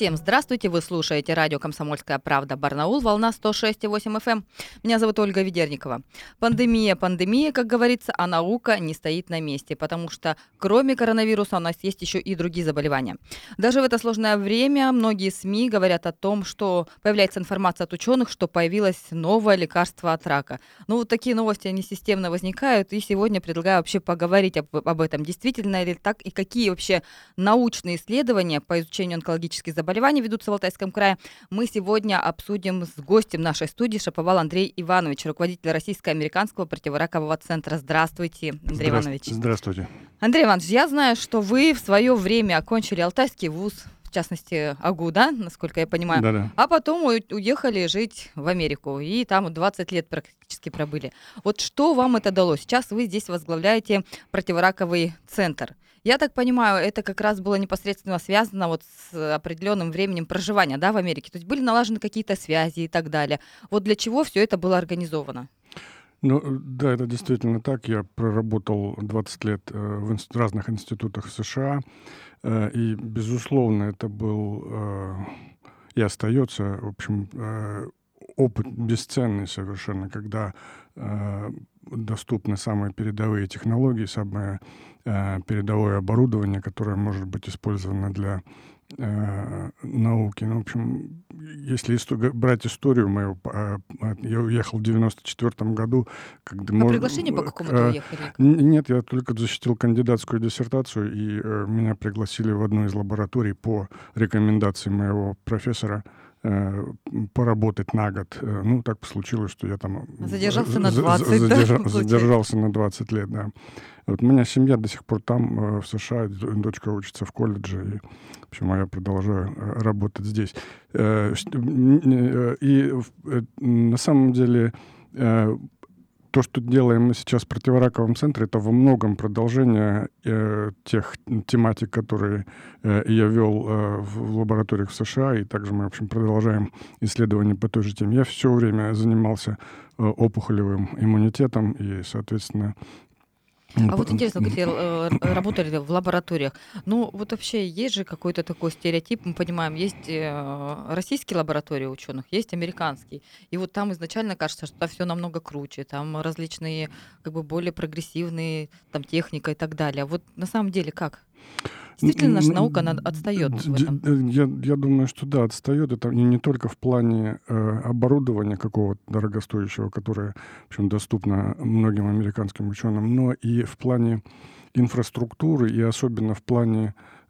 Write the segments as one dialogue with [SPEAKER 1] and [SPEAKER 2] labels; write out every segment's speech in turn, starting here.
[SPEAKER 1] Всем здравствуйте, вы слушаете радио «Комсомольская правда» Барнаул, волна 106,8 FM. Меня зовут Ольга Ведерникова. Пандемия, как говорится, а наука не стоит на месте, потому что кроме коронавируса у нас есть еще и другие заболевания. Даже в это сложное время многие СМИ говорят о том, что появляется информация от ученых, что появилось новое лекарство от рака. Ну вот такие новости, они системно возникают, и сегодня предлагаю вообще поговорить об этом. Действительно ли так, и какие вообще научные исследования по изучению онкологических заболеваний ведутся в Алтайском крае, мы сегодня обсудим с гостем нашей студии. Шаповал Андрей Иванович, руководитель Российско-американского противоракового центра. Здравствуйте, Андрей Иванович.
[SPEAKER 2] Здравствуйте.
[SPEAKER 1] Андрей Иванович, я знаю, что вы в свое время окончили Алтайский вуз, в частности, АГУ, да, насколько я понимаю,
[SPEAKER 2] Да-да.
[SPEAKER 1] А потом уехали жить в Америку, и там 20 лет практически пробыли. Вот что вам это дало? Сейчас вы здесь возглавляете противораковый центр. Я так понимаю, это как раз было непосредственно связано вот с определенным временем проживания, да, в Америке. То есть были налажены какие-то связи и так далее. Вот для чего все это было организовано?
[SPEAKER 2] Ну, да, это действительно так. Я проработал 20 лет в разных институтах в США, и, безусловно, это был и остается, в общем, опыт бесценный совершенно, когда доступны самые передовые технологии, самое передовое оборудование, которое может быть использовано для науки. Ну, в общем, если брать историю мою, я уехал в 94 году.
[SPEAKER 1] По приглашению по какому-то уехали?
[SPEAKER 2] Нет, я только защитил кандидатскую диссертацию, и меня пригласили в одну из лабораторий по рекомендации моего профессора поработать на год. Ну, так случилось, что я там...
[SPEAKER 1] Задержался на 20,
[SPEAKER 2] задержался на 20 лет, да. Вот у меня семья до сих пор там, в США, дочка учится в колледже, и, в общем, я продолжаю работать здесь. И на самом деле то, что делаем мы сейчас в противораковом центре, это во многом продолжение тех тематик, которые я вел в лабораториях в США, и также мы, в общем, продолжаем исследования по той же теме. Я все время занимался опухолевым иммунитетом, и, соответственно...
[SPEAKER 1] А вот интересно, вы работали в лабораториях. Ну, вот вообще есть же какой-то такой стереотип, мы понимаем, есть российские лаборатории ученых, есть американские. И вот там изначально кажется, что все намного круче, там различные, как бы более прогрессивные, там техника и так далее. Вот на самом деле как? Действительно, наша наука, она отстает в этом?
[SPEAKER 2] Я думаю, что да, отстает. Это не только в плане оборудования какого-то дорогостоящего, которое, в общем, доступно многим американским ученым, но и в плане инфраструктуры, и особенно в плане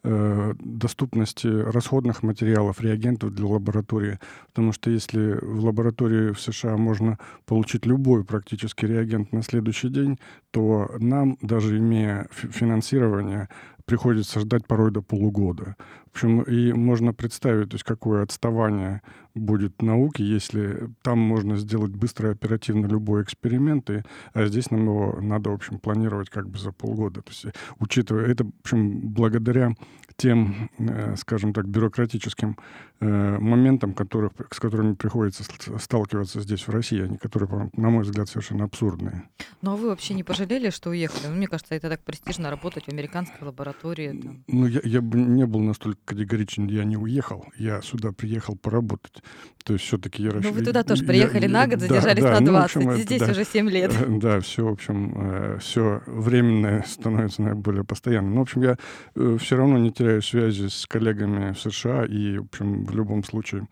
[SPEAKER 2] доступности расходных материалов, реагентов для лаборатории. Потому что если в лаборатории в США можно получить любой практически реагент на следующий день, то нам, даже имея финансирование, приходится ждать порой до полугода. В общем, и можно представить, то есть, какое отставание будет науки, если там можно сделать быстро и оперативно любой эксперимент, а здесь нам его надо, в общем, планировать как бы за полгода. То есть, учитывая это, в общем, благодаря тем, скажем так, бюрократическим моментам, с которыми приходится сталкиваться здесь, в России, они, которые, на мой взгляд, совершенно абсурдные.
[SPEAKER 1] Ну, а вы вообще не пожалели, что уехали? Мне кажется, это так престижно работать в американской лаборатории. Там.
[SPEAKER 2] Ну, я бы не был настолько категоричен, я не уехал, я сюда приехал поработать. То есть все-таки я...
[SPEAKER 1] Ну, вы туда тоже приехали на год, задержались на 20,
[SPEAKER 2] ну, в общем,
[SPEAKER 1] здесь уже 7 лет.
[SPEAKER 2] Да, все, в общем, все временное становится наиболее постоянным. Но, в общем, я все равно не теряю связи с коллегами в США и, в общем, в любом случае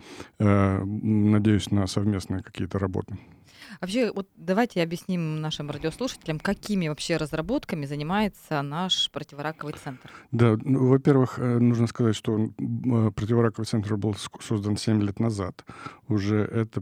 [SPEAKER 2] надеюсь на совместные какие-то работы.
[SPEAKER 1] Вообще, вот давайте объясним нашим радиослушателям, какими вообще разработками занимается наш противораковый центр.
[SPEAKER 2] Да, ну, во-первых, нужно сказать, что противораковый центр был создан 7 лет назад. Уже это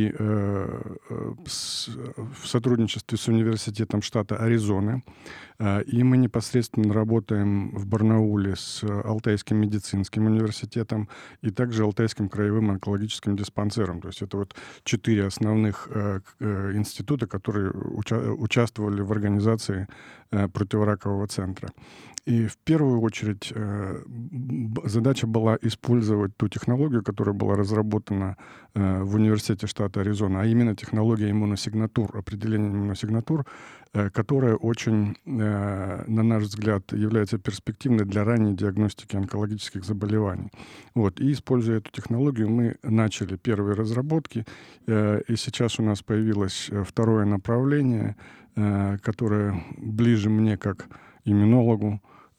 [SPEAKER 2] в сотрудничестве с университетом штата Аризона. И мы непосредственно работаем в Барнауле с Алтайским медицинским университетом и также Алтайским краевым онкологическим диспансером. То есть это вот 4 основных института, которые участвовали в организации противоракового центра. И в первую очередь задача была использовать ту технологию, которая была разработана в университете штата Аризона, а именно технология иммуносигнатур, определение иммуносигнатур которая очень, на наш взгляд, является перспективной для ранней диагностики онкологических заболеваний. Вот. И, используя эту технологию, мы начали первые разработки, и сейчас у нас появилось второе направление, которое ближе мне как иммунологу.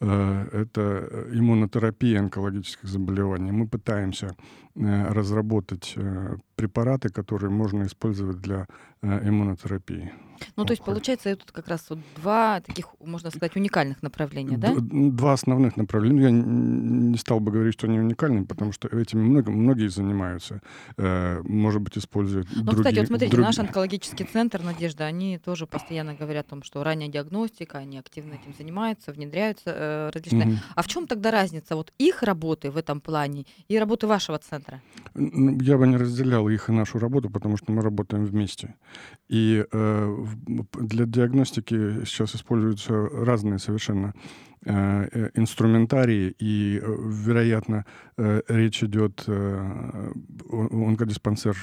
[SPEAKER 2] Это иммунотерапия онкологических заболеваний. Мы пытаемся разработать препараты, которые можно использовать для иммунотерапии.
[SPEAKER 1] Ну, то есть, получается, тут как раз вот два таких, можно сказать, уникальных направления, да?
[SPEAKER 2] Два основных направления. Я не стал бы говорить, что они уникальны, потому что этим многие занимаются. Может быть, используют другие...
[SPEAKER 1] Ну, кстати, вот смотрите, наш онкологический центр «Надежда», они тоже постоянно говорят о том, что ранняя диагностика, они активно этим занимаются, внедряются различные... А в чем тогда разница вот их работы в этом плане и работы вашего центра?
[SPEAKER 2] Я бы не разделял их и нашу работу, потому что мы работаем вместе. И для диагностики сейчас используются разные совершенно инструментарии, и, вероятно, речь идет онкодиспансер,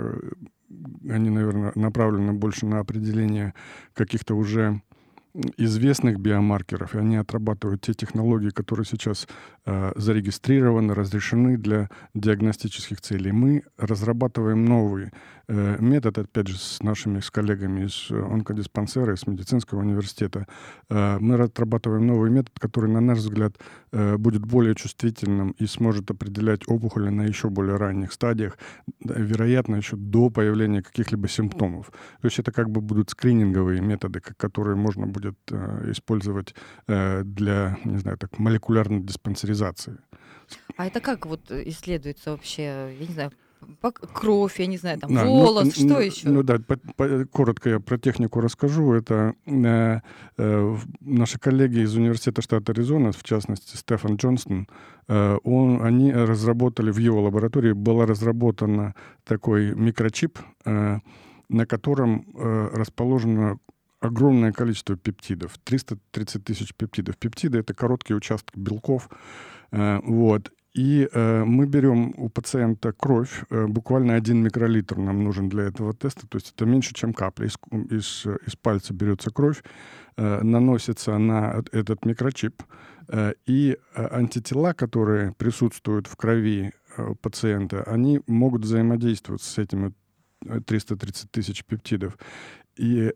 [SPEAKER 2] они, наверное, направлены больше на определение каких-то уже известных биомаркеров, и они отрабатывают те технологии, которые сейчас зарегистрированы, разрешены для диагностических целей. Мы разрабатываем новый метод, опять же, с нашими коллегами из онкодиспансера, из медицинского университета. Мы разрабатываем новый метод, который, на наш взгляд, будет более чувствительным и сможет определять опухоли на еще более ранних стадиях, вероятно, еще до появления каких-либо симптомов. То есть это как бы будут скрининговые методы, которые можно будет использовать для, не знаю, так, молекулярной диспансеризации.
[SPEAKER 1] А это как вот исследуется вообще, я не знаю, кровь, я не знаю, там, волос, что еще?
[SPEAKER 2] Ну да, коротко я про технику расскажу. Это наши коллеги из университета штата Аризона, в частности, Стефан Джонстон, они разработали, в его лаборатории была разработана такой микрочип, на котором расположено огромное количество пептидов, 330 тысяч пептидов. Пептиды — это короткий участок белков. Вот. И мы берем у пациента кровь, буквально 1 микролитр нам нужен для этого теста, то есть это меньше, чем капля. Из пальца берется кровь, наносится на этот микрочип, и антитела, которые присутствуют в крови пациента, они могут взаимодействовать с этими 330 тысяч пептидов. И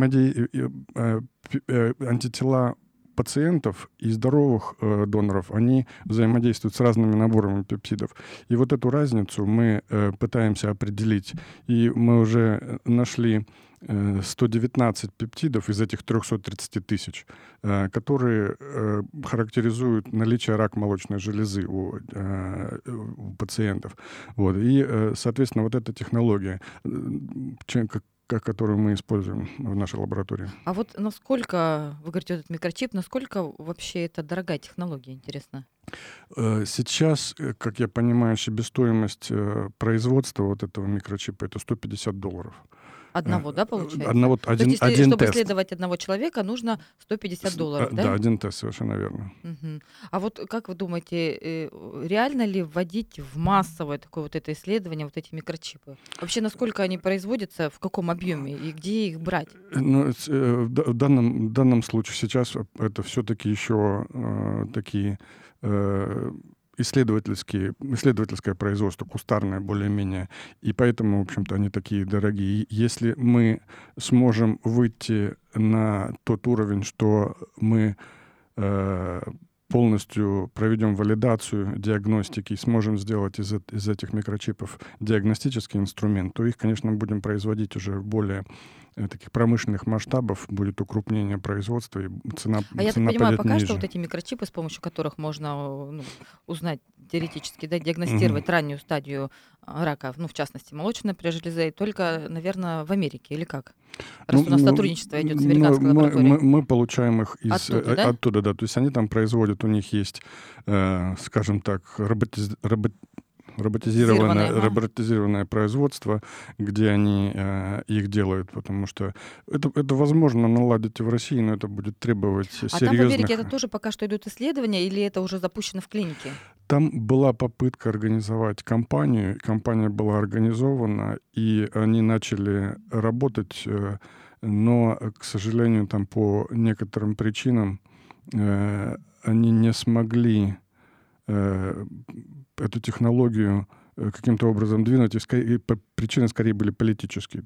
[SPEAKER 2] антитела пациентов и здоровых доноров, они взаимодействуют с разными наборами пептидов. И вот эту разницу мы пытаемся определить. И мы уже нашли 119 пептидов из этих 330 тысяч, которые характеризуют наличие рака молочной железы у пациентов. Вот. И, соответственно, вот эта технология, которую мы используем в нашей лаборатории.
[SPEAKER 1] А вот насколько, вы говорите, этот микрочип, насколько вообще это дорогая технология, интересно?
[SPEAKER 2] Сейчас, как я понимаю, себестоимость производства вот этого микрочипа — это $150.
[SPEAKER 1] Одного, да, получается?
[SPEAKER 2] То есть,
[SPEAKER 1] если, чтобы
[SPEAKER 2] тест.
[SPEAKER 1] исследовать одного человека, нужно $150, да?
[SPEAKER 2] Да, один тест, совершенно верно.
[SPEAKER 1] Угу. А вот как вы думаете, реально ли вводить в массовое такое вот это исследование, вот эти микрочипы? Вообще, насколько они производятся, в каком объеме и где их брать?
[SPEAKER 2] Ну, в данном случае сейчас это все-таки еще такие исследовательское производство, кустарное более-менее, и поэтому, в общем-то, они такие дорогие. Если мы сможем выйти на тот уровень, что мы полностью проведем валидацию диагностики и сможем сделать из этих микрочипов диагностический инструмент, то их, конечно, будем производить уже в более таких промышленных масштабов, будет укрупнение производства, и цена
[SPEAKER 1] А я так понимаю, пока
[SPEAKER 2] ниже.
[SPEAKER 1] что вот эти микрочипы, с помощью которых можно узнать теоретически, да, диагностировать раннюю стадию рака, в частности, молочной железы, только, наверное, в Америке, или как? Раз у нас сотрудничество идет с американской лабораторией.
[SPEAKER 2] Мы получаем их
[SPEAKER 1] оттуда,
[SPEAKER 2] да? То есть они там производят, у них есть, скажем так, роботизированное производство, где они их делают, потому что это возможно наладить и в России, но это будет требовать серьезных...
[SPEAKER 1] А там в Америке это тоже пока что идут исследования, или это уже запущено в клинике?
[SPEAKER 2] Там была попытка организовать компания была организована, и они начали работать но, к сожалению, там по некоторым причинам они не смогли эту технологию каким-то образом двинуть, и причины скорее были политические.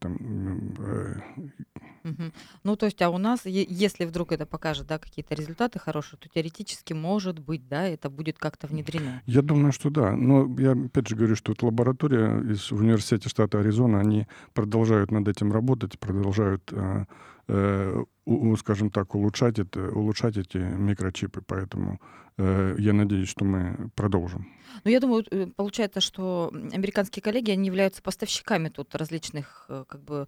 [SPEAKER 1] Ну, то есть, а у нас, если вдруг это покажет, да, какие-то результаты хорошие, то теоретически, может быть, да, это будет как-то внедрено.
[SPEAKER 2] Я думаю, что да. Но я опять же говорю, что эта лаборатория в университете штата Аризона, они продолжают над этим работать, продолжают, скажем так, улучшать эти микрочипы. Поэтому я надеюсь, что мы продолжим.
[SPEAKER 1] Ну, я думаю, получается, что американские коллеги, они являются поставщиками тут различных, как бы,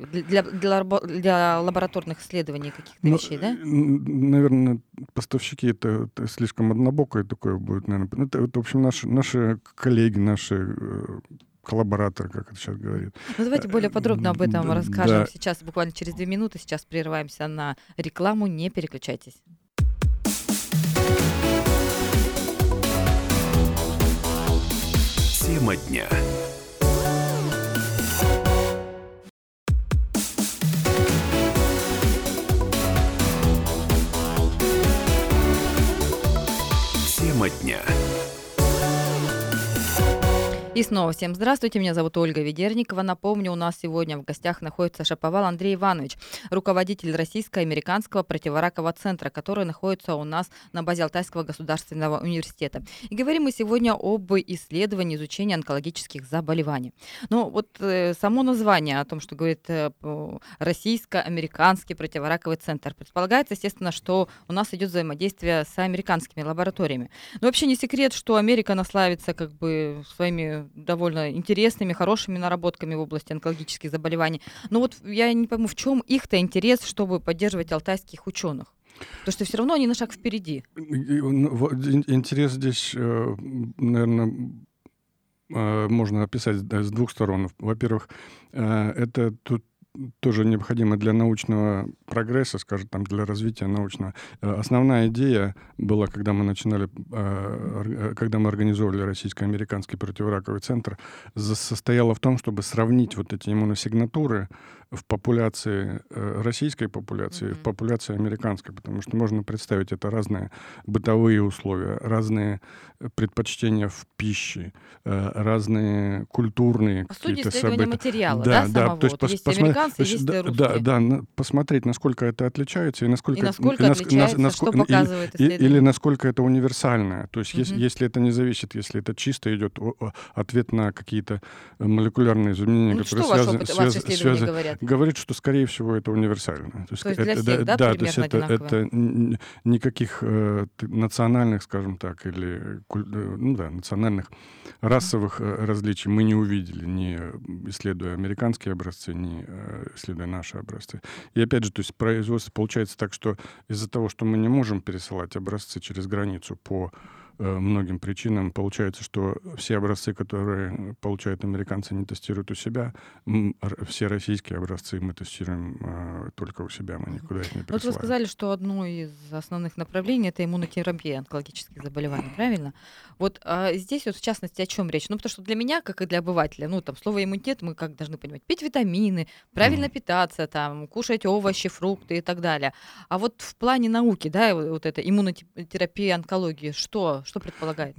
[SPEAKER 1] для лабораторных исследований каких-то вещей, да?
[SPEAKER 2] Наверное, поставщики это слишком однобокое такое будет, наверное. Это, в общем, наши коллеги, наши коллабораторы, как это сейчас говорит.
[SPEAKER 1] Ну, давайте более подробно об этом расскажем.
[SPEAKER 2] Да.
[SPEAKER 1] Сейчас, буквально через 2 минуты, сейчас прерываемся на рекламу. Не переключайтесь.
[SPEAKER 3] Тема дня. Тема дня.
[SPEAKER 1] И снова всем здравствуйте, меня зовут Ольга Ведерникова. Напомню, у нас сегодня в гостях находится Шаповал Андрей Иванович, руководитель Российско-американского противоракового центра, который находится у нас на базе Алтайского государственного университета. И говорим мы сегодня об исследовании, изучении онкологических заболеваний. Но вот само название о том, что говорит Российско-американский противораковый центр, предполагается, естественно, что у нас идет взаимодействие с американскими лабораториями. Но вообще не секрет, что Америка наславится как бы своими довольно интересными, хорошими наработками в области онкологических заболеваний. Но вот я не пойму, в чем их-то интерес, чтобы поддерживать алтайских ученых? Потому что все равно они на шаг впереди.
[SPEAKER 2] Интерес здесь, наверное, можно описать с двух сторон. Во-первых, это тут тоже необходимо для научного прогресса, скажем, там, для развития научного. Основная идея была, когда мы организовывали Российско-американский противораковый центр, состояла в том, чтобы сравнить вот эти иммуносигнатуры в популяции, российской популяции, в популяции американской, потому что можно представить, это разные бытовые условия, разные предпочтения в пище, разные культурные какие-то события.
[SPEAKER 1] Материала, да, самого?
[SPEAKER 2] То есть
[SPEAKER 1] есть американцы, есть русские.
[SPEAKER 2] Да, посмотреть, насколько это отличается и насколько
[SPEAKER 1] отличается, что показывает исследование.
[SPEAKER 2] Или насколько это универсальное. То есть если это не зависит, если это чисто идет ответ на какие-то молекулярные изменения, которые
[SPEAKER 1] ваши исследования говорят?
[SPEAKER 2] Говорит, что, скорее всего, это универсально.
[SPEAKER 1] То есть для всех, да,
[SPEAKER 2] то
[SPEAKER 1] примерно
[SPEAKER 2] есть
[SPEAKER 1] одинаково?
[SPEAKER 2] это никаких национальных, скажем так, или национальных расовых различий мы не увидели, не исследуя американские образцы, не исследуя наши образцы. И опять же, то есть производство получается так, что из-за того, что мы не можем пересылать образцы через границу по многим причинам, получается, что все образцы, которые получают американцы, не тестируют у себя. Все российские образцы мы тестируем только у себя, мы никуда их не присылаем.
[SPEAKER 1] Вот вы сказали, что одно из основных направлений — это иммунотерапия онкологических заболеваний, правильно? Вот здесь вот в частности о чем речь? Ну, потому что для меня, как и для обывателя, ну, там, слово иммунитет мы как должны понимать? Пить витамины, правильно питаться, там, кушать овощи, фрукты и так далее. А вот в плане науки, да, вот эта иммунотерапия онкологии, что предполагает?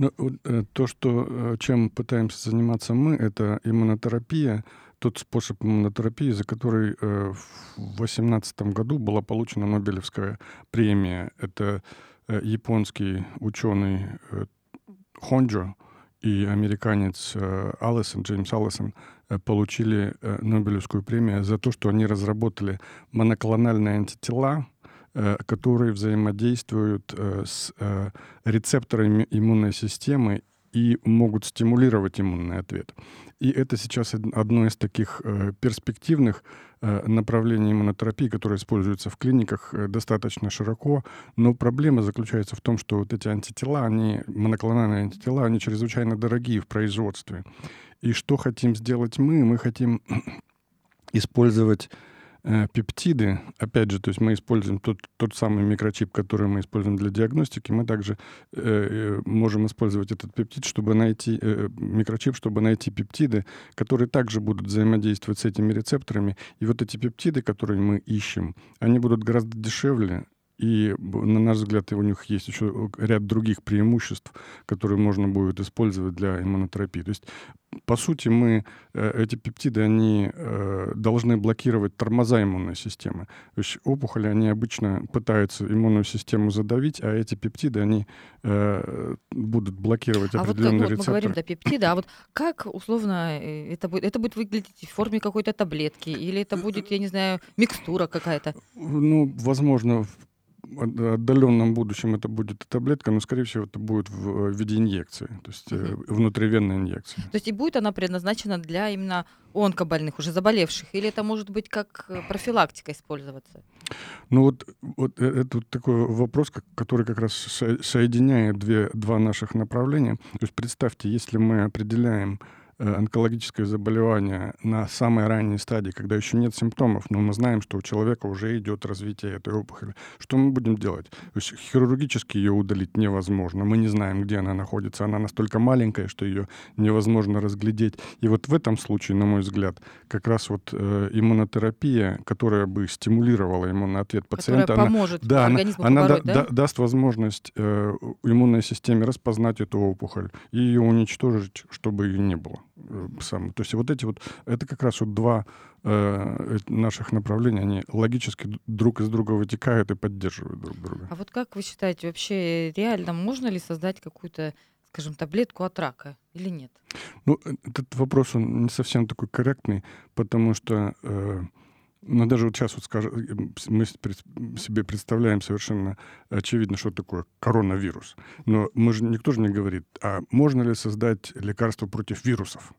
[SPEAKER 2] Чем пытаемся заниматься мы, это иммунотерапия, тот способ иммунотерапии, за который в 2018 году была получена Нобелевская премия. Это японский ученый Хонджо и американец Джеймс Аллисон получили Нобелевскую премию за то, что они разработали моноклональные антитела, которые взаимодействуют с рецепторами иммунной системы и могут стимулировать иммунный ответ. И это сейчас одно из таких перспективных направлений иммунотерапии, которое используется в клиниках достаточно широко. Но проблема заключается в том, что вот эти антитела, моноклональные антитела, они чрезвычайно дорогие в производстве. И что хотим сделать мы? Мы хотим использовать пептиды, опять же, то есть мы используем тот самый микрочип, который мы используем для диагностики, мы также можем использовать этот пептид, чтобы найти микрочип, чтобы найти пептиды, которые также будут взаимодействовать с этими рецепторами. И вот эти пептиды, которые мы ищем, они будут гораздо дешевле. И, на наш взгляд, у них есть еще ряд других преимуществ, которые можно будет использовать для иммунотерапии. То есть, по сути, эти пептиды, они должны блокировать тормоза иммунной системы. То есть опухоли, они обычно пытаются иммунную систему задавить, а эти пептиды, они будут блокировать определенные рецепторы.
[SPEAKER 1] Мы говорим, да, пептиды, а вот как, условно, это будет выглядеть в форме какой-то таблетки? Или это будет, я не знаю, микстура какая-то?
[SPEAKER 2] Ну, возможно, в отдаленном будущем это будет таблетка, но, скорее всего, это будет в виде инъекции, то есть внутривенной инъекции.
[SPEAKER 1] То есть и будет она предназначена для именно онкобольных, уже заболевших, или это может быть как профилактика использоваться?
[SPEAKER 2] Ну вот это такой вопрос, который как раз соединяет два наших направления. То есть представьте, если мы определяем онкологическое заболевание на самой ранней стадии, когда еще нет симптомов, но мы знаем, что у человека уже идет развитие этой опухоли. Что мы будем делать? То есть хирургически ее удалить невозможно. Мы не знаем, где она находится. Она настолько маленькая, что ее невозможно разглядеть. И вот в этом случае, на мой взгляд, как раз вот иммунотерапия, которая бы стимулировала иммунный ответ пациента,
[SPEAKER 1] которая поможет организму побороть,
[SPEAKER 2] она даст возможность иммунной системе распознать эту опухоль и ее уничтожить, чтобы ее не было. То есть вот эти вот, это как раз вот два наших направления, они логически друг из друга вытекают и поддерживают друг друга.
[SPEAKER 1] А вот как вы считаете, вообще реально можно ли создать какую-то, скажем, таблетку от рака или нет?
[SPEAKER 2] Ну, этот вопрос, он не совсем такой корректный, потому что даже вот сейчас вот скажем, мы себе представляем совершенно очевидно, что такое коронавирус. Но никто же не говорит, а можно ли создать лекарство против вирусов?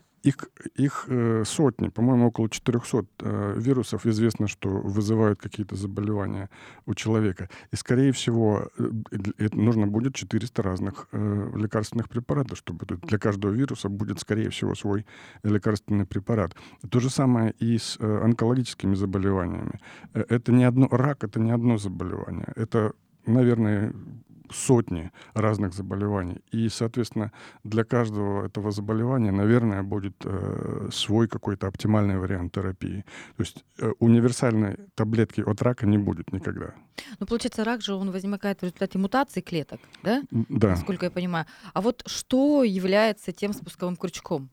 [SPEAKER 2] Их сотни, по-моему, около 400 вирусов известно, что вызывают какие-то заболевания у человека. И, скорее всего, нужно будет 400 разных лекарственных препаратов, чтобы для каждого вируса будет, скорее всего, свой лекарственный препарат. То же самое и с онкологическими заболеваниями. Рак — это не одно заболевание. Это, наверное, сотни разных заболеваний. И, соответственно, для каждого этого заболевания, наверное, будет свой какой-то оптимальный вариант терапии. То есть универсальной таблетки от рака не будет никогда.
[SPEAKER 1] Ну, получается, рак же, он возникает в результате мутации клеток, да?
[SPEAKER 2] Да.
[SPEAKER 1] Насколько я понимаю. А вот что является тем спусковым крючком?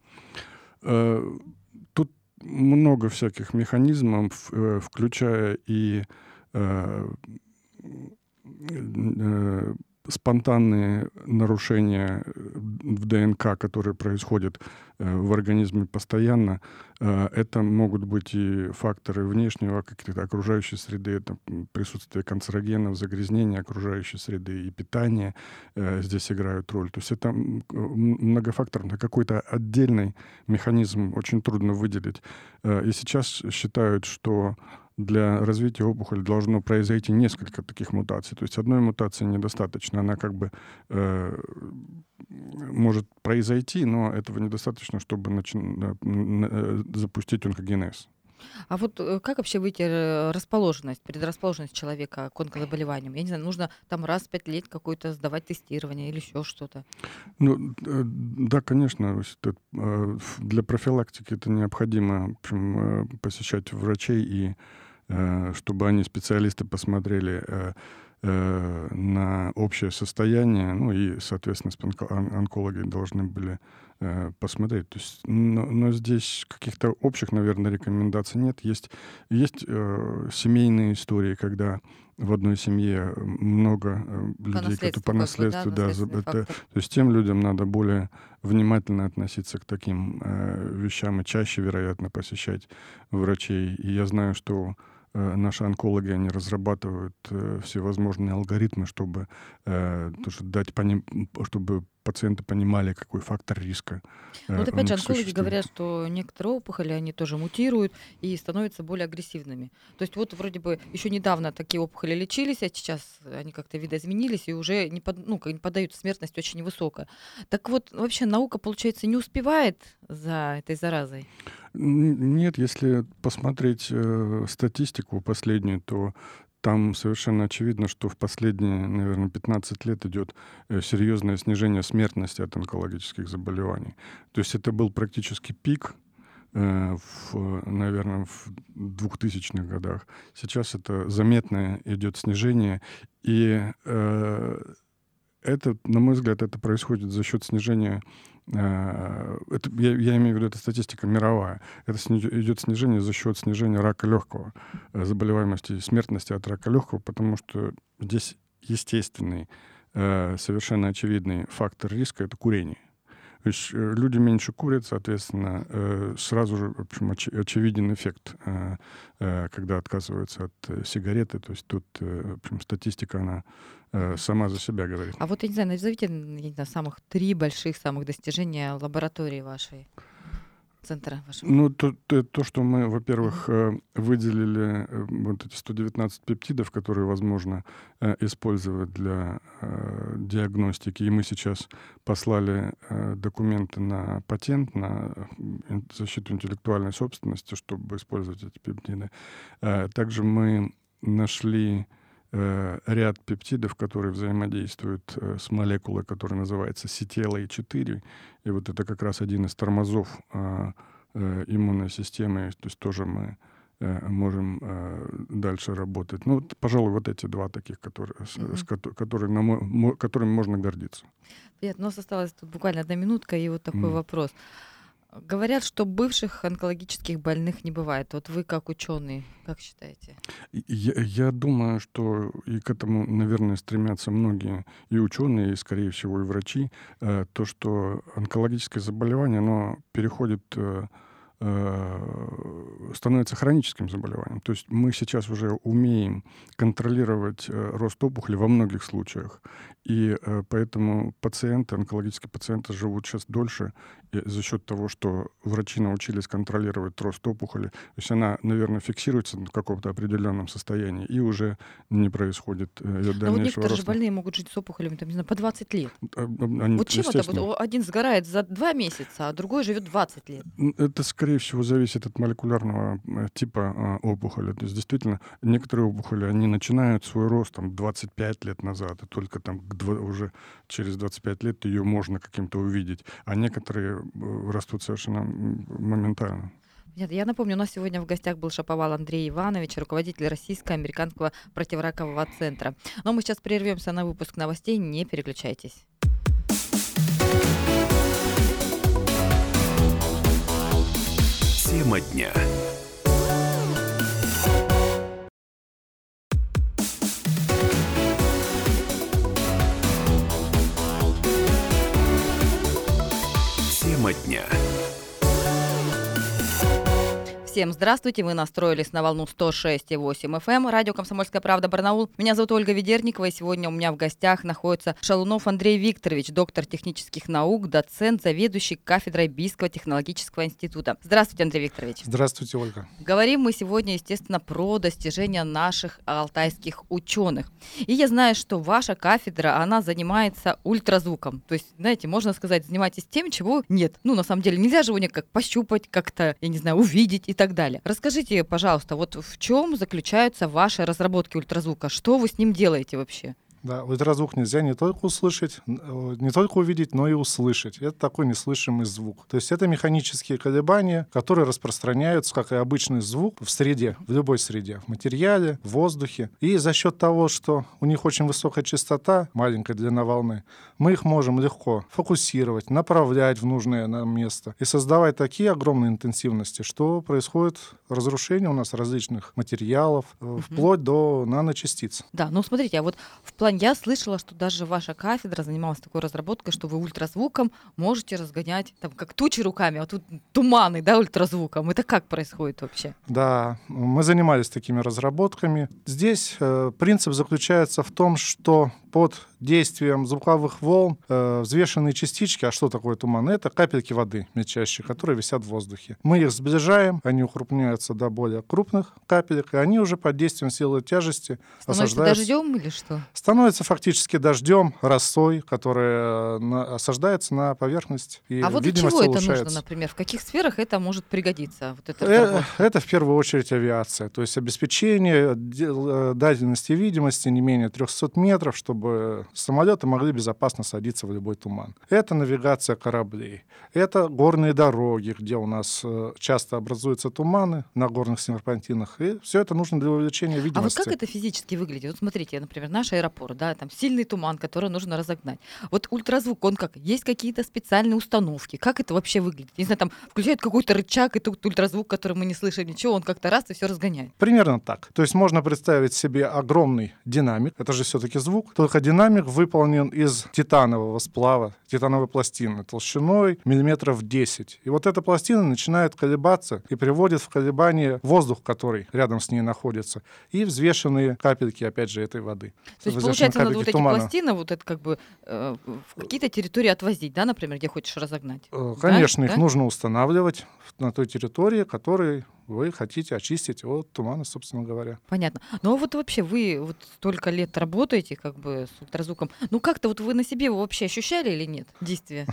[SPEAKER 2] Тут много всяких механизмов, включая и спонтанные нарушения в ДНК, которые происходят в организме постоянно. Это могут быть и факторы внешнего, какие-то окружающей среды, это присутствие канцерогенов, загрязнение окружающей среды и питание здесь играют роль. То есть это многофакторный, какой-то отдельный механизм, очень трудно выделить. И сейчас считают, что для развития опухоли должно произойти несколько таких мутаций. То есть одной мутации недостаточно. Она как бы может произойти, но этого недостаточно, чтобы запустить онкогенез.
[SPEAKER 1] А вот как вообще выйти предрасположенность человека к онкозаболеваниям? Я не знаю, нужно там раз в 5 лет какое-то сдавать тестирование или еще что-то?
[SPEAKER 2] Ну, да, конечно. Для профилактики это необходимо, в общем, посещать врачей, и чтобы они, специалисты, посмотрели на общее состояние, ну и, соответственно, онкологи должны были посмотреть. То есть, но здесь каких-то общих, наверное, рекомендаций нет. Есть семейные истории, когда в одной семье много людей, которые по наследству, то есть тем людям надо более внимательно относиться к таким вещам и чаще, вероятно, посещать врачей. И я знаю, что наши онкологи, они разрабатывают всевозможные алгоритмы, чтобы дать по ним, чтобы пациенты понимали, какой фактор риска.
[SPEAKER 1] Вот опять же, онкологи говорят, что некоторые опухоли, они тоже мутируют и становятся более агрессивными. То есть вот вроде бы еще недавно такие опухоли лечились, а сейчас они как-то видоизменились и уже не поддаются, смертность очень высокая. Так вот, вообще наука, получается, не успевает за этой заразой?
[SPEAKER 2] Нет, если посмотреть статистику последнюю, то там совершенно очевидно, что в последние, наверное, 15 лет идет серьезное снижение смертности от онкологических заболеваний. То есть это был практически пик, наверное, в 2000-х годах. Сейчас это заметное идет снижение, и это, на мой взгляд, это происходит за счет снижения. Я имею в виду, это статистика мировая. Это идет снижение за счет снижения рака легкого, заболеваемости и смертности от рака легкого, потому что здесь естественный, совершенно очевидный фактор риска — это курение. То есть люди меньше курят, соответственно, сразу же, в общем, очевиден эффект, когда отказываются от сигареты. То есть тут, в общем, статистика, она сама за себя говорит.
[SPEAKER 1] А вот, я не знаю, назовите, самых 3 больших самых достижения лаборатории вашей, центра вашего.
[SPEAKER 2] Ну, то, что мы, во-первых, выделили вот эти 119 пептидов, которые возможно использовать для диагностики. И мы сейчас послали документы на патент, на защиту интеллектуальной собственности, чтобы использовать эти пептиды. Также мы нашли ряд пептидов, которые взаимодействуют с молекулой, которая называется CTLA-4. И вот это как раз один из тормозов иммунной системы. То есть тоже мы можем дальше работать. Ну, пожалуй, вот эти 2 таких, которыми можно гордиться.
[SPEAKER 1] Привет, у нас осталась тут буквально 1 минутка, и вот такой вопрос. Говорят, что бывших онкологических больных не бывает. Вот вы как ученый, как считаете?
[SPEAKER 2] Я думаю, что и к этому, наверное, стремятся многие и ученые, и, скорее всего, и врачи. То, что онкологическое заболевание, оно переходит, становится хроническим заболеванием. То есть мы сейчас уже умеем контролировать рост опухоли во многих случаях. И поэтому онкологические пациенты живут сейчас дольше за счет того, что врачи научились контролировать рост опухоли. То есть она, наверное, фиксируется в каком-то определенном состоянии, и уже не происходит ее дальнейшего роста.
[SPEAKER 1] Но вот некоторые же больные могут жить с опухолями, там, не знаю, по 20 лет. Вот чем это будет? Один сгорает за 2 месяца, а другой живет 20 лет.
[SPEAKER 2] Это, скорее всего, зависит от молекулярного типа опухоли. То есть, действительно, некоторые опухоли, они начинают свой рост там 25 лет назад, и только там уже через 25 лет ее можно каким-то увидеть. А некоторые растут совершенно моментально.
[SPEAKER 1] Я напомню, у нас сегодня в гостях был Шаповал Андрей Иванович, руководитель Российско-американского противоракового центра. Но мы сейчас прервемся на выпуск новостей, не переключайтесь.
[SPEAKER 3] Тема дня. Тема дня.
[SPEAKER 1] Всем здравствуйте, вы настроились на волну 106,8 FM, радио «Комсомольская правда» Барнаул. Меня зовут Ольга Ведерникова, и сегодня у меня в гостях находится Шалунов Андрей Викторович, доктор технических наук, доцент, заведующий кафедрой Бийского технологического института. Здравствуйте, Андрей Викторович.
[SPEAKER 4] Здравствуйте, Ольга.
[SPEAKER 1] Говорим мы сегодня, естественно, про достижения наших алтайских ученых. И я знаю, что ваша кафедра, она занимается ультразвуком. То есть, знаете, можно сказать, занимаетесь тем, чего нет. Ну, на самом деле, нельзя же его никак пощупать, как-то, я не знаю, увидеть и так далее. Расскажите, пожалуйста, вот в чем заключаются ваши разработки ультразвука? Что вы с ним делаете вообще?
[SPEAKER 4] Да, ультразвук нельзя не только услышать, не только увидеть, но и услышать. Это такой неслышимый звук. То есть это механические колебания, которые распространяются, как и обычный звук, в среде, в любой среде, в материале, в воздухе. И за счет того, что у них очень высокая частота, маленькая длина волны, мы их можем легко фокусировать, направлять в нужное нам место и создавать такие огромные интенсивности, что происходит разрушение у нас различных материалов, вплоть до наночастиц.
[SPEAKER 1] Да, ну смотрите, а вот в плане я слышала, что даже ваша кафедра занималась такой разработкой, что вы ультразвуком можете разгонять там как тучи руками, а тут туманы, да, ультразвуком. Это как происходит вообще?
[SPEAKER 4] Да, мы занимались такими разработками. Здесь принцип заключается в том, что под действием звуковых волн взвешенные частички, а что такое туман? Это капельки воды мельчайшие, которые висят в воздухе. Мы их сближаем, они укрупняются до более крупных капелек, и они уже под действием силы тяжести
[SPEAKER 1] Становится дождем или что?
[SPEAKER 4] Становится фактически дождем, росой, которая осаждается на поверхность. И
[SPEAKER 1] а вот для чего
[SPEAKER 4] улучшается.
[SPEAKER 1] Это нужно, например? В каких сферах это может пригодиться? Вот это
[SPEAKER 4] в первую очередь авиация, то есть обеспечение дальности видимости не менее 300 метров, чтобы самолеты могли безопасно садиться в любой туман. Это навигация кораблей, это горные дороги, где у нас часто образуются туманы на горных серпантинах, и все это нужно для увеличения видимости.
[SPEAKER 1] А вот как это физически выглядит? Вот смотрите, например, наш аэропорт, да, там сильный туман, который нужно разогнать. Вот ультразвук, он как? Есть какие-то специальные установки? Как это вообще выглядит? Не знаю, там включают какой-то рычаг, и тут ультразвук, который мы не слышим, ничего, он как-то раз и все разгоняет.
[SPEAKER 4] Примерно так. То есть можно представить себе огромный динамик, это же все-таки звук, только динамик выполнен из титанового сплава, титановой пластины толщиной миллиметров 10. И вот эта пластина начинает колебаться и приводит в колебание воздух, который рядом с ней находится, и взвешенные капельки, опять же, этой воды.
[SPEAKER 1] То есть, получается, надо вот эти пластины вот это как бы в какие-то территории отвозить, да, например, где хочешь разогнать?
[SPEAKER 4] Конечно,
[SPEAKER 1] да?
[SPEAKER 4] их нужно устанавливать на той территории, которой вы хотите очистить от тумана, собственно говоря.
[SPEAKER 1] Понятно. Но вот вообще вы вот столько лет работаете как бы с ультразвуком. Ну как-то вот вы на себе его вообще ощущали или нет действие?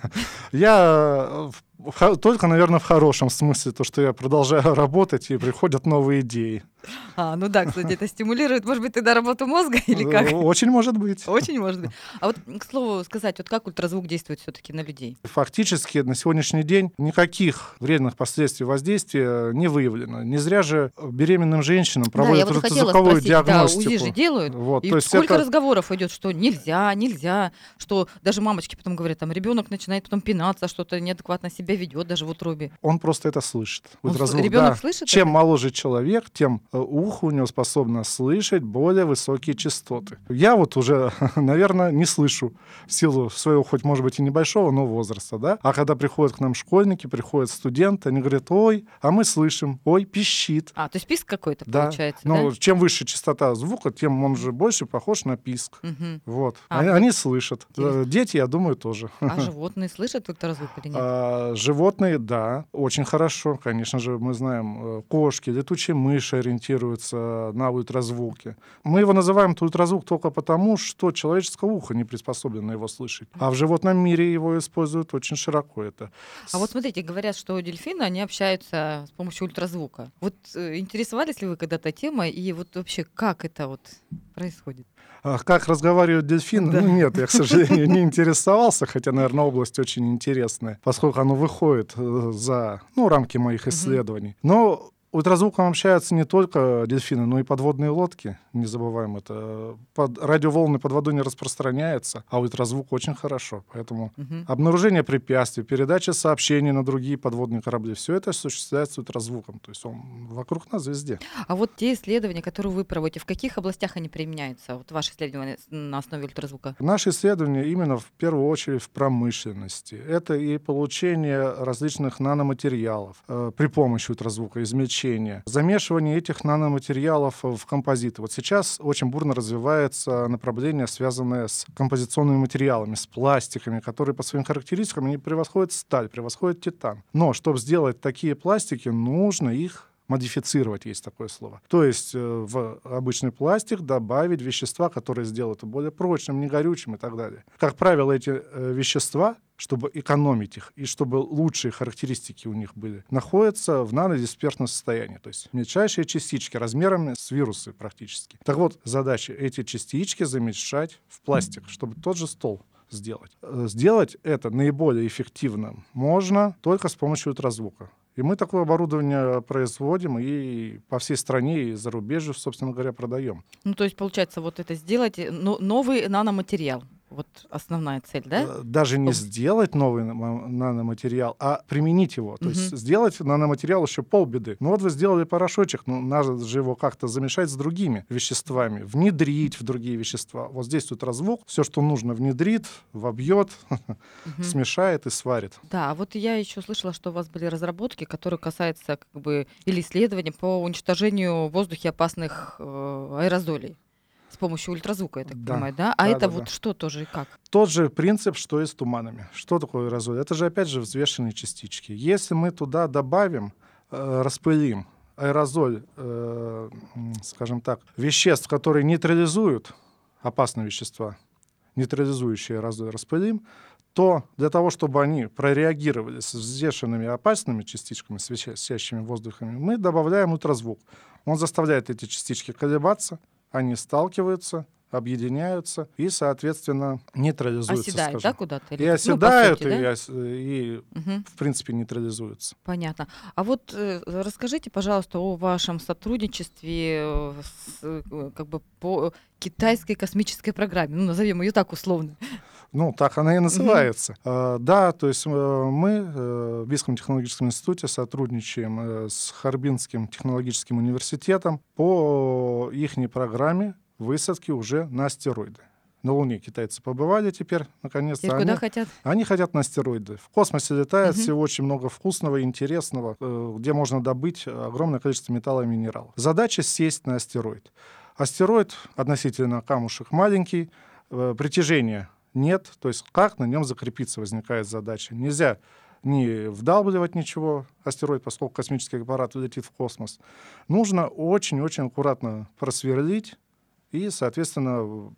[SPEAKER 4] Я только, наверное, в хорошем смысле, то, что я продолжаю работать, и приходят новые идеи.
[SPEAKER 1] Ну да, кстати, это стимулирует, может быть, тогда работу мозга или как?
[SPEAKER 4] Очень может быть.
[SPEAKER 1] Очень может быть. А вот, к слову сказать, вот как ультразвук действует все-таки на людей?
[SPEAKER 4] Фактически на сегодняшний день никаких вредных последствий воздействия не выявлено. Не зря же беременным женщинам проводят ультразвуковую диагностику.
[SPEAKER 1] Да, УЗИ же делают.
[SPEAKER 4] Вот,
[SPEAKER 1] и сколько разговоров идет, что нельзя, что даже мамочки потом говорят, там ребенок начинает потом пинаться, что-то неадекватно себя ведет даже в утробе.
[SPEAKER 4] Он просто это слышит.
[SPEAKER 1] Ребенок слышит?
[SPEAKER 4] Чем моложе человек, тем ухо у него способно слышать более высокие частоты. Я вот уже, наверное, не слышу в силу своего, хоть, может быть, и небольшого, но возраста, да? А когда приходят к нам школьники, приходят студенты, они говорят, ой, а мы слышим, ой, пищит.
[SPEAKER 1] То есть писк какой-то
[SPEAKER 4] да.
[SPEAKER 1] получается,
[SPEAKER 4] Ну,
[SPEAKER 1] да?
[SPEAKER 4] чем выше частота звука, тем он же больше похож на писк.
[SPEAKER 1] Угу.
[SPEAKER 4] Вот. Они слышат. Дети, я думаю, тоже.
[SPEAKER 1] А животные слышат ультразвук или нет?
[SPEAKER 4] Животные, да, очень хорошо. Конечно же, мы знаем, кошки, летучие мыши ориентируются на ультразвуки. Мы его называем ультразвук только потому, что человеческое ухо не приспособлено его слышать. А в животном мире его используют очень широко.
[SPEAKER 1] А вот смотрите, говорят, что дельфины, они общаются с помощью ультразвука. Вот интересовались ли вы когда-то темой, и вот вообще как это вот происходит?
[SPEAKER 4] Как разговаривают дельфины? Да. Нет, я, к сожалению, не интересовался, хотя, наверное, область очень интересная, поскольку оно выходит за рамки моих исследований. Но ультразвуком общаются не только дельфины, но и подводные лодки. Не забываем это. Радиоволны под водой не распространяются, а ультразвук очень хорошо. Поэтому обнаружение препятствий, передача сообщений на другие подводные корабли, все это осуществляется ультразвуком. То есть он вокруг нас везде. А
[SPEAKER 1] вот те исследования, которые вы проводите, в каких областях они применяются? Вот ваши исследования на основе ультразвука?
[SPEAKER 4] Наши исследования именно в первую очередь в промышленности. Это и получение различных наноматериалов при помощи ультразвука, измельчения, замешивание этих наноматериалов в композиты. Вот сейчас очень бурно развивается направление, связанное с композиционными материалами, с пластиками, которые по своим характеристикам они превосходят сталь, превосходят титан. Но чтобы сделать такие пластики, нужно их модифицировать, есть такое слово. То есть в обычный пластик добавить вещества, которые сделают его более прочным, негорючим и так далее. Как правило, эти вещества, чтобы экономить их и чтобы лучшие характеристики у них были, находятся в нанодисперсном состоянии. То есть мельчайшие частички размерами с вирусы практически. Так вот, задача эти частички замешать в пластик, чтобы тот же стол сделать. Сделать это наиболее эффективно можно только с помощью ультразвука. И мы такое оборудование производим и по всей стране, и за рубежью, собственно говоря, продаем.
[SPEAKER 1] Ну, то есть, получается, вот это сделать новый наноматериал. Вот основная цель, да?
[SPEAKER 4] Даже не сделать новый наноматериал, а применить его. То есть сделать наноматериал еще полбеды. Ну вот вы сделали порошочек, но надо же его как-то замешать с другими веществами, внедрить в другие вещества. Вот здесь ультразвук, все, что нужно, внедрит, вобьет, смешает и сварит.
[SPEAKER 1] Да, вот я еще слышала, что у вас были разработки, которые касаются или исследований по уничтожению в воздухе опасных аэрозолей. помощью ультразвука, я так
[SPEAKER 4] Да.
[SPEAKER 1] понимаю, да? А
[SPEAKER 4] Да,
[SPEAKER 1] это
[SPEAKER 4] да,
[SPEAKER 1] вот
[SPEAKER 4] да.
[SPEAKER 1] что тоже и как?
[SPEAKER 4] Тот же принцип, что и с туманами. Что такое аэрозоль? Это же, опять же, взвешенные частички. Если мы туда добавим, распылим аэрозоль, скажем так, веществ, которые нейтрализуют опасные вещества, нейтрализующие аэрозоль распылим, то для того, чтобы они прореагировали с взвешенными опасными частичками, свистящими воздухами, мы добавляем ультразвук. Он заставляет эти частички колебаться, они сталкиваются, объединяются и, соответственно, нейтрализуются.
[SPEAKER 1] Оседают, да,
[SPEAKER 4] скажем.
[SPEAKER 1] куда-то?
[SPEAKER 4] И
[SPEAKER 1] Или как?
[SPEAKER 4] оседают,
[SPEAKER 1] По сути, да?
[SPEAKER 4] и
[SPEAKER 1] Мгм.
[SPEAKER 4] в принципе, нейтрализуются.
[SPEAKER 1] Понятно. А вот расскажите, пожалуйста, о вашем сотрудничестве как бы по китайской космической программе. Ну, назовем ее так условно.
[SPEAKER 4] Ну, так она и называется. Да, то есть мы в Бийском технологическом институте сотрудничаем с Харбинским технологическим университетом по ихней программе высадки уже на астероиды. На Луне китайцы побывали теперь, наконец-то.
[SPEAKER 1] Теперь куда хотят?
[SPEAKER 4] Они хотят на астероиды. В космосе летает
[SPEAKER 1] Мгм.
[SPEAKER 4] всего очень много вкусного, интересного, где можно добыть огромное количество металла и минералов. Задача — сесть на астероид. Астероид относительно камушек маленький, притяжения нет, то есть как на нем закрепиться, возникает задача. Нельзя не вдалбливать ничего, астероид, поскольку космический аппарат летит в космос. Нужно очень-очень аккуратно просверлить и, соответственно,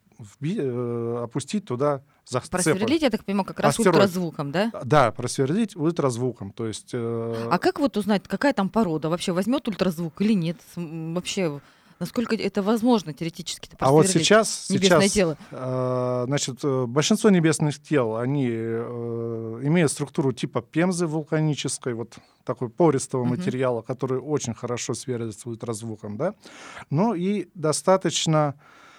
[SPEAKER 4] опустить туда зацепы.
[SPEAKER 1] Просверлить, я так понимаю, как раз
[SPEAKER 4] Астероид.
[SPEAKER 1] ультразвуком, да?
[SPEAKER 4] Да, просверлить ультразвуком. То есть,
[SPEAKER 1] А как вот узнать, какая там порода? Вообще возьмет ультразвук или нет? Вообще, насколько это возможно теоретически
[SPEAKER 4] а вот
[SPEAKER 1] просверлить
[SPEAKER 4] сейчас,
[SPEAKER 1] небесное тело?
[SPEAKER 4] значит, большинство небесных тел, они имеют структуру типа пемзы вулканической, вот такой пористого
[SPEAKER 1] Мгм.
[SPEAKER 4] материала, который очень хорошо сверлится ультразвуком, да. Ну и достаточно,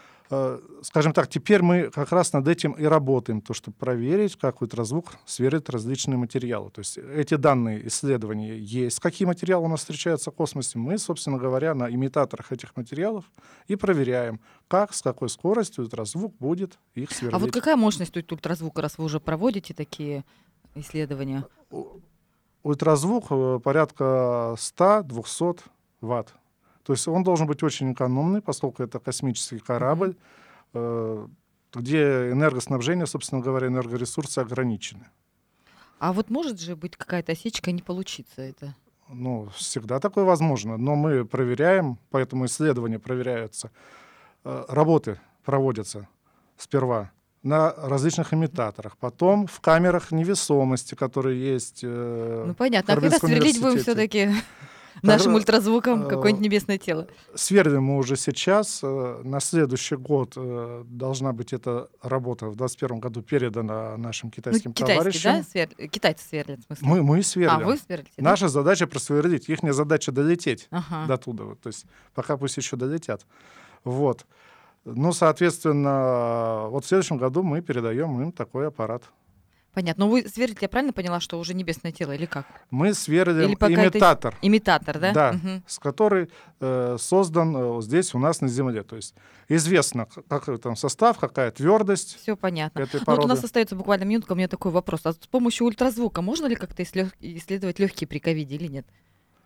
[SPEAKER 4] скажем так, теперь мы как раз над этим и работаем, то, чтобы проверить, как ультразвук сверлит различные материалы. То есть эти данные исследования есть. Какие материалы у нас встречаются в космосе, мы, собственно говоря, на имитаторах этих материалов и проверяем, как, с какой скоростью ультразвук будет их сверлить.
[SPEAKER 1] А вот какая мощность ультразвука, раз вы уже проводите такие исследования?
[SPEAKER 4] Ультразвук порядка 100-200 ватт. То есть он должен быть очень экономный, поскольку это космический корабль, где энергоснабжение, собственно говоря, энергоресурсы ограничены.
[SPEAKER 1] А вот может же быть какая-то осечка и не получится это?
[SPEAKER 4] Ну, всегда такое возможно, но мы проверяем, поэтому исследования проверяются. Работы проводятся сперва на различных имитаторах, потом в камерах невесомости, которые есть.
[SPEAKER 1] Ну понятно. А когда
[SPEAKER 4] Харбинском
[SPEAKER 1] сверлить будем
[SPEAKER 4] университете.
[SPEAKER 1] все-таки нашим
[SPEAKER 4] Тогда,
[SPEAKER 1] ультразвуком какое-нибудь небесное тело?
[SPEAKER 4] Сверлим мы уже сейчас. На следующий год должна быть эта работа в 2021 году передана нашим китайским товарищам.
[SPEAKER 1] Да? Китайцы сверлят, в смысле?
[SPEAKER 4] Мы сверлим.
[SPEAKER 1] А, вы сверлите, да?
[SPEAKER 4] Наша задача просверлить, их задача долететь
[SPEAKER 1] Ага.
[SPEAKER 4] до туда. То есть пока пусть еще долетят. Вот. Ну, соответственно, вот в следующем году мы передаем им такой аппарат.
[SPEAKER 1] Понятно. Но вы сверлите, я правильно поняла, что уже небесное тело или как?
[SPEAKER 4] Мы сверлим
[SPEAKER 1] Или пока это
[SPEAKER 4] имитатор.
[SPEAKER 1] Имитатор, да?
[SPEAKER 4] Да,
[SPEAKER 1] Мгм.
[SPEAKER 4] с который создан здесь у нас на Земле. То есть известно, какой там состав, какая твердость
[SPEAKER 1] Все понятно.
[SPEAKER 4] этой
[SPEAKER 1] Ну, вот у
[SPEAKER 4] породы.
[SPEAKER 1] нас остается буквально минутка, у меня такой вопрос. А с помощью ультразвука можно ли как-то исследовать легкие при ковиде или нет?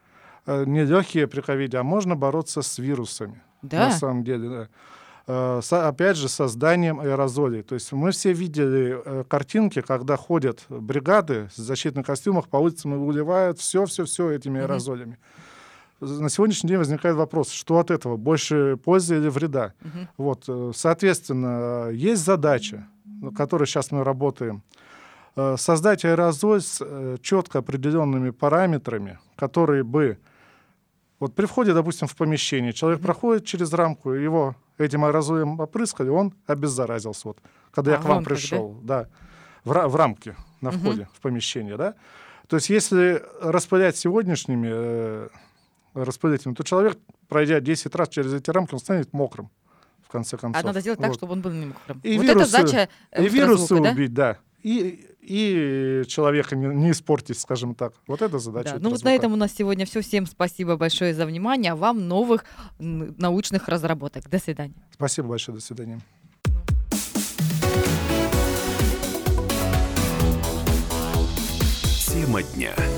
[SPEAKER 4] Не легкие при ковиде, а можно бороться с вирусами.
[SPEAKER 1] Да?
[SPEAKER 4] На самом деле, да. Опять же, созданием аэрозолей. То есть мы все видели картинки, когда ходят бригады в защитных костюмах по улицам и выливают все этими аэрозолями. На сегодняшний день возникает вопрос, что от этого, больше пользы или вреда?
[SPEAKER 1] Мгм.
[SPEAKER 4] Вот, соответственно, есть задача, над которой сейчас мы работаем, создать аэрозоль с четко определенными параметрами, которые бы... Вот при входе, допустим, в помещение, человек проходит через рамку, его этим аэрозолем опрыскали, он обеззаразился. Вот, когда я
[SPEAKER 1] А,
[SPEAKER 4] к вам
[SPEAKER 1] вон как,
[SPEAKER 4] пришел, да, в рамке на
[SPEAKER 1] Мгм.
[SPEAKER 4] входе в помещение, да. То есть если распылять сегодняшними распылителями, то человек, пройдя 10 раз через эти рамки, он станет мокрым, в конце концов.
[SPEAKER 1] А надо сделать так,
[SPEAKER 4] Вот.
[SPEAKER 1] чтобы он был не мокрым.
[SPEAKER 4] И
[SPEAKER 1] вот
[SPEAKER 4] вирусы,
[SPEAKER 1] это задача
[SPEAKER 4] и вирусы
[SPEAKER 1] ультразвука, да?
[SPEAKER 4] убить, да. И человека не испортить, скажем так. Вот это задача.
[SPEAKER 1] Да. Ну вот
[SPEAKER 4] ультразвука.
[SPEAKER 1] на этом у нас сегодня все. Всем спасибо большое за внимание. А вам новых научных разработок. До свидания.
[SPEAKER 4] Спасибо большое, до свидания.
[SPEAKER 3] Тема дня.